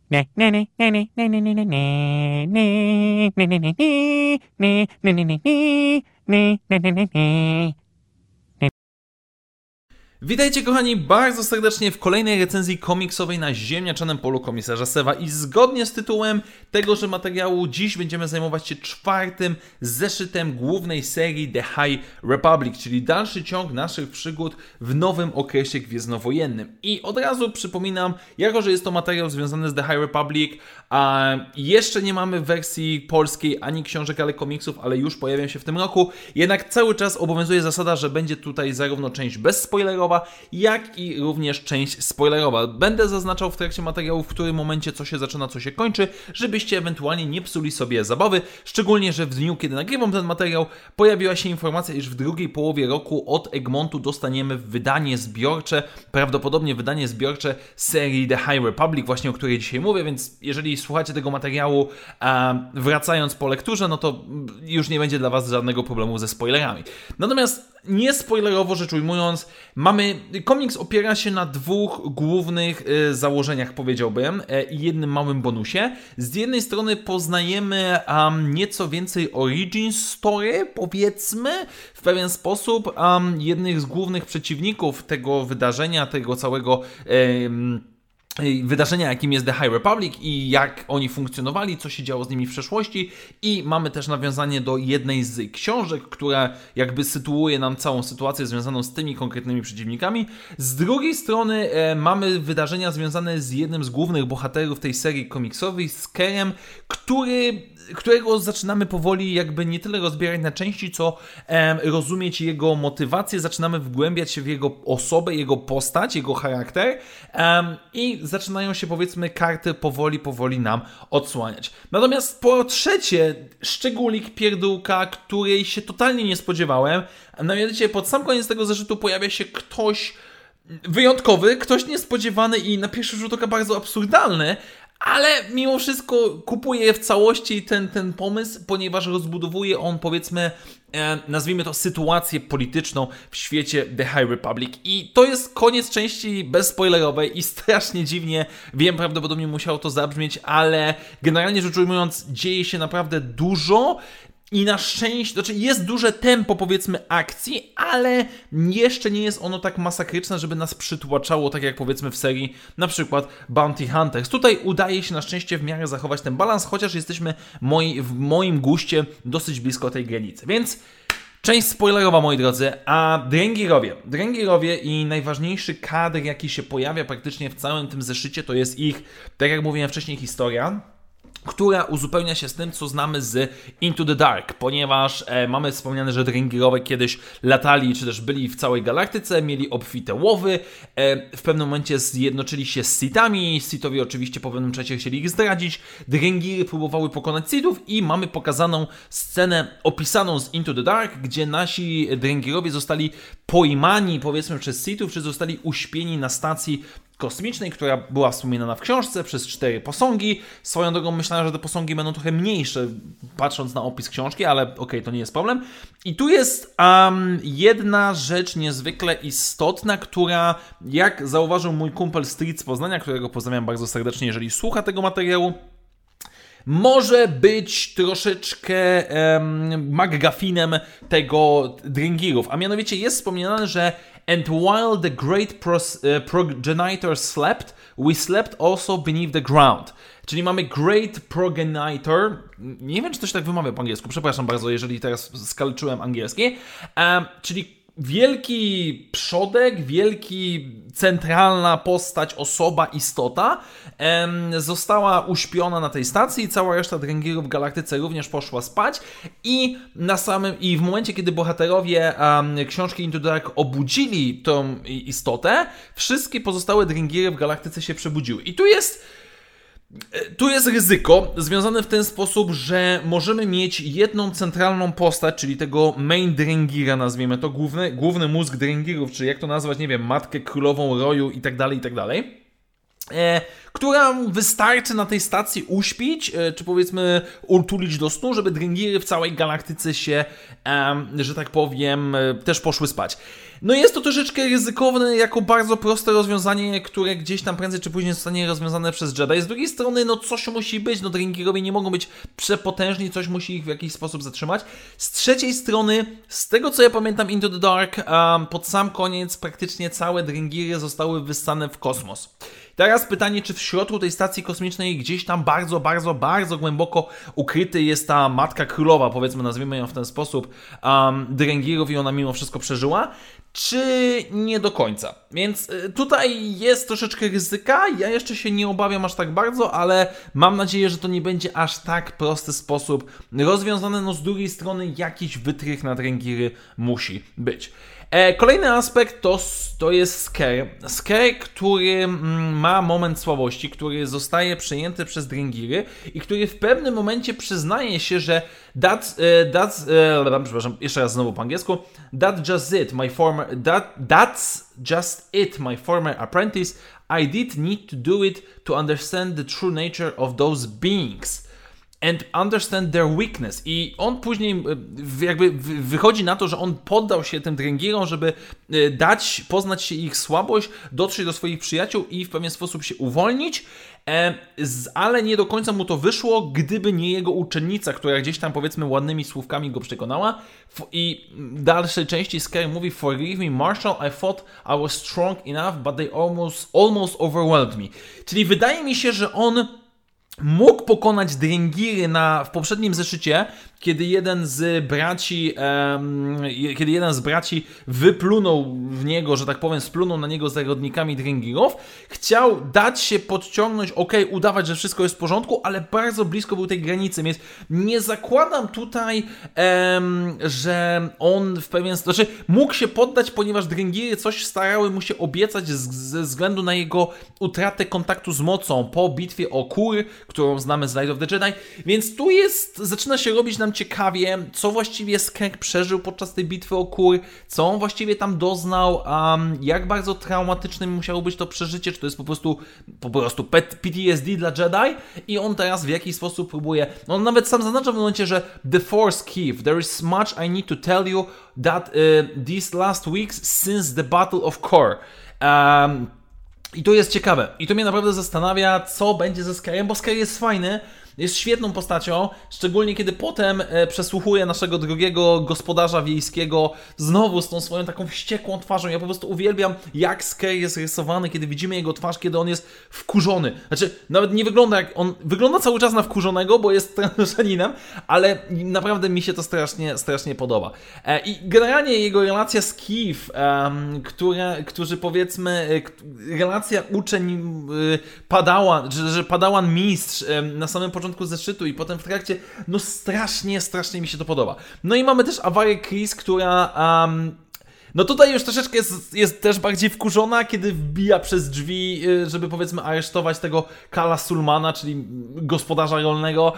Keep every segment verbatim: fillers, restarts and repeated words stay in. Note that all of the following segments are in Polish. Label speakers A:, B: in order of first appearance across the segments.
A: Witajcie kochani bardzo serdecznie w kolejnej recenzji komiksowej na ziemniaczanym polu komisarza Seva i zgodnie z tytułem tegoże materiału dziś będziemy zajmować się czwartym zeszytem głównej serii The High Republic, czyli dalszy ciąg naszych przygód w nowym okresie gwiezdnowojennym. I od razu przypominam, jako że jest to materiał związany z The High Republic, a jeszcze nie mamy wersji polskiej ani książek, ale komiksów, ale już pojawią się w tym roku, jednak cały czas obowiązuje zasada, że będzie tutaj zarówno część bezspoilerowa, jak i również część spoilerowa. Będę zaznaczał w trakcie materiału, w którym momencie co się zaczyna, co się kończy, żebyście ewentualnie nie psuli sobie zabawy, szczególnie, że w dniu, kiedy nagrywam ten materiał, pojawiła się informacja, iż w drugiej połowie roku od Egmontu dostaniemy wydanie zbiorcze, prawdopodobnie wydanie zbiorcze serii The High Republic, właśnie o której dzisiaj mówię, więc jeżeli słuchacie tego materiału a wracając po lekturze, no to już nie będzie dla Was żadnego problemu ze spoilerami. Natomiast nie spoilerowo rzecz ujmując, mamy, komiks opiera się na dwóch głównych y, założeniach, powiedziałbym, i y, jednym małym bonusie. Z jednej strony poznajemy um, nieco więcej origin story, powiedzmy, w pewien sposób, um, jednych z głównych przeciwników tego wydarzenia, tego całego y, wydarzenia, jakim jest The High Republic i jak oni funkcjonowali, co się działo z nimi w przeszłości, i mamy też nawiązanie do jednej z książek, która jakby sytuuje nam całą sytuację związaną z tymi konkretnymi przeciwnikami. Z drugiej strony e, mamy wydarzenia związane z jednym z głównych bohaterów tej serii komiksowej, z Kerem, który, którego zaczynamy powoli jakby nie tyle rozbierać na części, co e, rozumieć jego motywację, zaczynamy wgłębiać się w jego osobę, jego postać, jego charakter e, i zaczynają się, powiedzmy, karty powoli, powoli nam odsłaniać. Natomiast po trzecie, szczególik, pierdółka, której się totalnie nie spodziewałem, a mianowicie pod sam koniec tego zeszytu pojawia się ktoś wyjątkowy, ktoś niespodziewany i na pierwszy rzut oka bardzo absurdalny, ale mimo wszystko kupuję w całości ten, ten pomysł, ponieważ rozbudowuje on, powiedzmy, e, nazwijmy to sytuację polityczną w świecie The High Republic. I to jest koniec części bezspoilerowej i strasznie dziwnie, wiem, prawdopodobnie musiało to zabrzmieć, ale generalnie rzecz ujmując, dzieje się naprawdę dużo. I na szczęście, znaczy jest duże tempo, powiedzmy, akcji, ale jeszcze nie jest ono tak masakryczne, żeby nas przytłaczało, tak jak powiedzmy w serii na przykład Bounty Hunters. Tutaj udaje się na szczęście w miarę zachować ten balans, chociaż jesteśmy moi, w moim guście dosyć blisko tej granicy. Więc część spoilerowa, moi drodzy, a Drengirowie. Drengirowie i najważniejszy kadr, jaki się pojawia praktycznie w całym tym zeszycie, to jest ich, tak jak mówiłem wcześniej, historia, która uzupełnia się z tym, co znamy z Into the Dark, ponieważ e, mamy wspomniane, że Drengirowie kiedyś latali, czy też byli w całej galaktyce, mieli obfite łowy, e, w pewnym momencie zjednoczyli się z Sithami, Sithowie oczywiście po pewnym czasie chcieli ich zdradzić, Drengiry próbowały pokonać Sithów i mamy pokazaną scenę opisaną z Into the Dark, gdzie nasi Drengirowie zostali pojmani, powiedzmy, przez Sithów, czy zostali uśpieni na stacji kosmicznej, która była wspominana w książce, przez cztery posągi. Swoją drogą myślałem, że te posągi będą trochę mniejsze, patrząc na opis książki, ale okej, okay, to nie jest problem. I tu jest um, jedna rzecz niezwykle istotna, która, jak zauważył mój kumpel Street z Poznania, którego pozdrawiam bardzo serdecznie, jeżeli słucha tego materiału, może być troszeczkę um, McGuffinem tego Drengirów. A mianowicie jest wspomniane, że and while the great pros, uh, progenitor slept, we slept also beneath the ground. Czyli mamy great progenitor, nie wiem, czy to się tak wymawia po angielsku, przepraszam bardzo, jeżeli teraz skalczyłem angielski, um, czyli wielki przodek, wielki centralna postać, osoba, istota em, została uśpiona na tej stacji i cała reszta Drengirów w galaktyce również poszła spać i na samym i w momencie, kiedy bohaterowie um, książki Into the Dark obudzili tą istotę, wszystkie pozostałe Drengiry w galaktyce się przebudziły. I tu jest Tu jest ryzyko związane w ten sposób, że możemy mieć jedną centralną postać, czyli tego main Drengira, nazwijmy to, główny, główny mózg Drengirów, czy jak to nazwać, nie wiem, matkę królową roju i tak dalej, i tak dalej, e, która wystarczy na tej stacji uśpić, czy powiedzmy utulić do snu, żeby Dringiry w całej galaktyce się, że tak powiem, też poszły spać. No jest to troszeczkę ryzykowne jako bardzo proste rozwiązanie, które gdzieś tam prędzej czy później zostanie rozwiązane przez Jedi. Z drugiej strony, no coś musi być, no Dringirowie nie mogą być przepotężni, coś musi ich w jakiś sposób zatrzymać. Z trzeciej strony, z tego co ja pamiętam Into the Dark, um, pod sam koniec praktycznie całe Dringiry zostały wyssane w kosmos. Teraz pytanie, czy w środku tej stacji kosmicznej gdzieś tam bardzo, bardzo, bardzo głęboko ukryty jest ta matka królowa, powiedzmy, nazwijmy ją w ten sposób, um, Drengirów i ona mimo wszystko przeżyła, czy nie do końca. Więc tutaj jest troszeczkę ryzyka, ja jeszcze się nie obawiam aż tak bardzo, ale mam nadzieję, że to nie będzie aż tak prosty sposób rozwiązane. No z drugiej strony jakiś wytrych na Drengiry musi być. Kolejny aspekt to, to jest Sker. Sker, który ma moment słabości, który zostaje przejęty przez Drengiry i który w pewnym momencie przyznaje się, że that's, uh, that's uh, przepraszam, jeszcze raz znowu po angielsku, that just it, my former, that, that's just it, my former apprentice, I did need to do it to understand the true nature of those beings. And understand their weakness. I on później jakby wychodzi na to, że on poddał się tym Drengirom, żeby dać, poznać się ich słabość, dotrzeć do swoich przyjaciół i w pewien sposób się uwolnić, ale nie do końca mu to wyszło, gdyby nie jego uczennica, która gdzieś tam powiedzmy ładnymi słówkami go przekonała. I w dalszej części Sker mówi: Forgive me, Marshall, I thought I was strong enough, but they almost, almost overwhelmed me. Czyli wydaje mi się, że on mógł pokonać Drengiry na, w poprzednim zeszycie, kiedy jeden z braci um, kiedy jeden z braci wyplunął w niego, że tak powiem, splunął na niego z zarodnikami Drengirów, chciał dać się podciągnąć, okej, okay, udawać, że wszystko jest w porządku, ale bardzo blisko był tej granicy, więc nie zakładam tutaj, um, że on w pewien sposób, znaczy mógł się poddać, ponieważ Drengiry coś starały mu się obiecać z, ze względu na jego utratę kontaktu z mocą po bitwie o Kur, którą znamy z Light of the Jedi, więc tu jest, zaczyna się robić nam ciekawie, co właściwie Sker przeżył podczas tej bitwy o Kur, co on właściwie tam doznał, um, jak bardzo traumatycznym musiało być to przeżycie, czy to jest po prostu po prostu P T S D dla Jedi i on teraz w jakiś sposób próbuje, on nawet sam zaznacza w momencie, że The Force Keith, there is much I need to tell you that uh, these last weeks since the Battle of Kor. Um, I to jest ciekawe. I to mnie naprawdę zastanawia, co będzie ze Skerem, bo Sker jest fajny, jest świetną postacią, szczególnie kiedy potem e, przesłuchuje naszego drugiego gospodarza wiejskiego znowu z tą swoją taką wściekłą twarzą. Ja po prostu uwielbiam, jak Sker jest rysowany, kiedy widzimy jego twarz, kiedy on jest wkurzony. Znaczy, nawet nie wygląda jak on... Wygląda cały czas na wkurzonego, bo jest transzaninem, ale naprawdę mi się to strasznie, strasznie podoba. E, I generalnie jego relacja z Keith, e, która, którzy powiedzmy... E, relacja uczeń e, Padawan, że, że Padawan mistrz e, na samym początku zeszytu i potem w trakcie, no strasznie, strasznie mi się to podoba. No i mamy też awarię Kryze, która um, no tutaj już troszeczkę jest, jest też bardziej wkurzona, kiedy wbija przez drzwi, żeby powiedzmy aresztować tego Kala Sulmana, czyli gospodarza rolnego.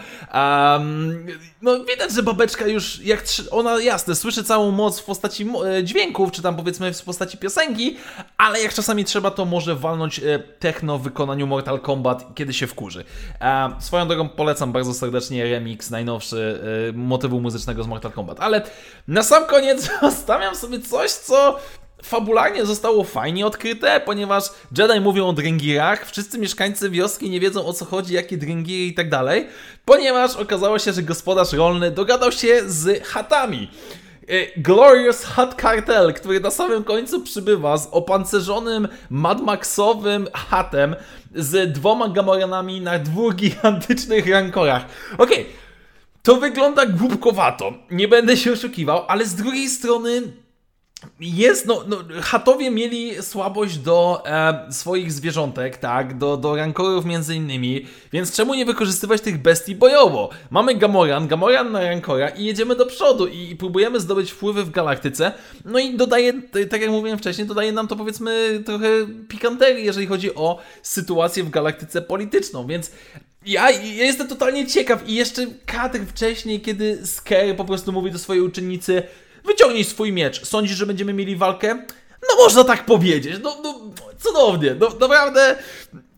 A: Um, no widać, że babeczka już, jak ona jasne, słyszy całą moc w postaci dźwięków, czy tam powiedzmy w postaci piosenki, ale jak czasami trzeba, to może walnąć techno w wykonaniu Mortal Kombat, kiedy się wkurzy. Um, swoją drogą polecam bardzo serdecznie remix najnowszy motywu muzycznego z Mortal Kombat. Ale na sam koniec zostawiam sobie coś, co fabularnie zostało fajnie odkryte, ponieważ Jedi mówią o Drengirach, wszyscy mieszkańcy wioski nie wiedzą, o co chodzi, jakie Drengiry i tak dalej, ponieważ okazało się, że gospodarz rolny dogadał się z Huttami. Glorious Hutt Cartel, który na samym końcu przybywa z opancerzonym Mad Maxowym Huttem z dwoma Gamoranami na dwóch gigantycznych rankorach. Okej, okay, to wygląda głupkowato, nie będę się oszukiwał, ale z drugiej strony jest, no, no Huttowie mieli słabość do e, swoich zwierzątek, tak, do, do rankorów między innymi, więc czemu nie wykorzystywać tych bestii bojowo? Mamy Gamoran, Gamoran na rankora i jedziemy do przodu i, i próbujemy zdobyć wpływy w galaktyce, no i dodaje, tak jak mówiłem wcześniej, dodaje nam to powiedzmy trochę pikanterii, jeżeli chodzi o sytuację w galaktyce polityczną, więc ja, ja jestem totalnie ciekaw i jeszcze kadr wcześniej, kiedy Sker po prostu mówi do swojej uczennicy: wyciągnij swój miecz. Sądzisz, że będziemy mieli walkę? No można tak powiedzieć. No, no cudownie. No, naprawdę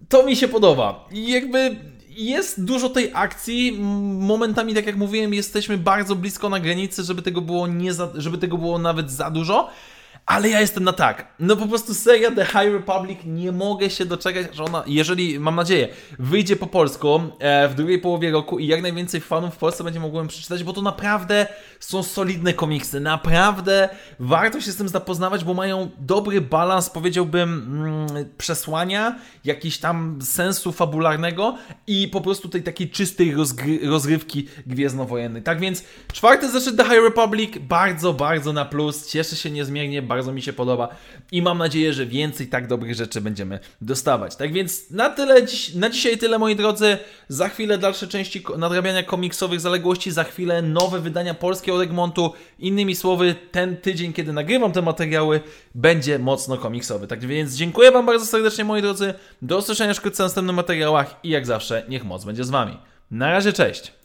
A: to mi się podoba. I jakby jest dużo tej akcji, momentami, tak jak mówiłem, jesteśmy bardzo blisko na granicy, żeby tego było, nie za, żeby tego było nawet za dużo. Ale ja jestem na tak. No po prostu seria The High Republic, nie mogę się doczekać, że ona, jeżeli, mam nadzieję, wyjdzie po polsku e, w drugiej połowie roku i jak najwięcej fanów w Polsce będzie mogłem przeczytać, bo to naprawdę są solidne komiksy. Naprawdę warto się z tym zapoznawać, bo mają dobry balans, powiedziałbym, mm, przesłania, jakiś tam sensu fabularnego i po prostu tej takiej czystej rozgry- rozrywki gwiezdnowojennej. Tak więc czwarty zeszyt The High Republic, bardzo, bardzo na plus. Cieszę się niezmiernie, bardzo mi się podoba i mam nadzieję, że więcej tak dobrych rzeczy będziemy dostawać. Tak więc na tyle, dziś, na dzisiaj tyle, moi drodzy. Za chwilę dalsze części nadrabiania komiksowych zaległości, za chwilę nowe wydania polskiego Egmontu. Innymi słowy, ten tydzień, kiedy nagrywam te materiały, będzie mocno komiksowy. Tak więc dziękuję Wam bardzo serdecznie, moi drodzy. Do usłyszenia wkrótce w następnych materiałach i jak zawsze, niech moc będzie z Wami. Na razie, cześć!